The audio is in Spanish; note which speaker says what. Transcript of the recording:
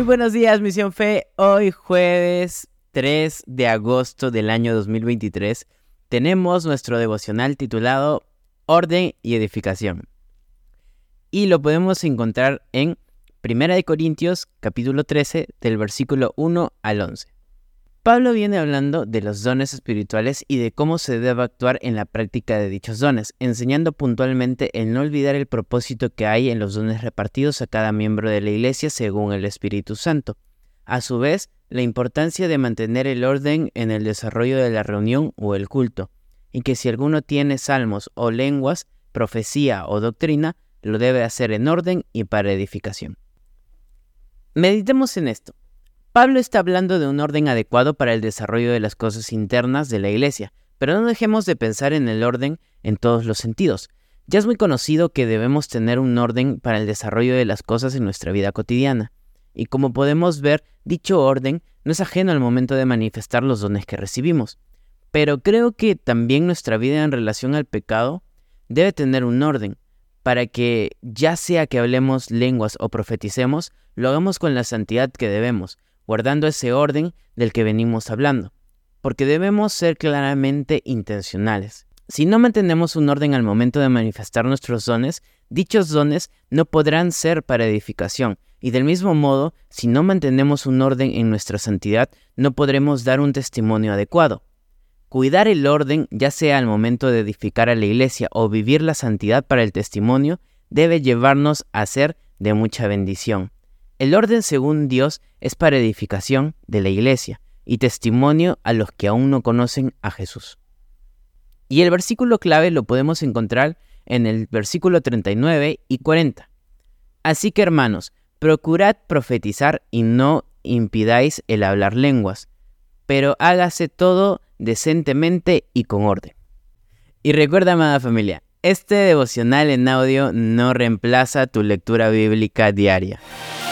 Speaker 1: Muy buenos días, Misión Fe. Hoy jueves 3 de agosto del año 2023 tenemos nuestro devocional titulado Orden y Edificación. Y lo podemos encontrar en 1 Corintios capítulo 13 del versículo 1 al 11. Pablo viene hablando de los dones espirituales y de cómo se debe actuar en la práctica de dichos dones, enseñando puntualmente el no olvidar el propósito que hay en los dones repartidos a cada miembro de la iglesia según el Espíritu Santo. A su vez, la importancia de mantener el orden en el desarrollo de la reunión o el culto, y que si alguno tiene salmos o lenguas, profecía o doctrina, lo debe hacer en orden y para edificación. Meditemos en esto. Pablo está hablando de un orden adecuado para el desarrollo de las cosas internas de la iglesia, pero no dejemos de pensar en el orden en todos los sentidos. Ya es muy conocido que debemos tener un orden para el desarrollo de las cosas en nuestra vida cotidiana. Y como podemos ver, dicho orden no es ajeno al momento de manifestar los dones que recibimos. Pero creo que también nuestra vida en relación al pecado debe tener un orden, para que, ya sea que hablemos lenguas o profeticemos, lo hagamos con la santidad que debemos, guardando ese orden del que venimos hablando, porque debemos ser claramente intencionales. Si no mantenemos un orden al momento de manifestar nuestros dones, dichos dones no podrán ser para edificación, y del mismo modo, si no mantenemos un orden en nuestra santidad, no podremos dar un testimonio adecuado. Cuidar el orden, ya sea al momento de edificar a la iglesia o vivir la santidad para el testimonio, debe llevarnos a ser de mucha bendición. El orden según Dios es para edificación de la iglesia y testimonio a los que aún no conocen a Jesús. Y el versículo clave lo podemos encontrar en el versículo 39 y 40. Así que hermanos, procurad profetizar y no impidáis el hablar lenguas, pero hágase todo decentemente y con orden. Y recuerda, amada familia, este devocional en audio no reemplaza tu lectura bíblica diaria.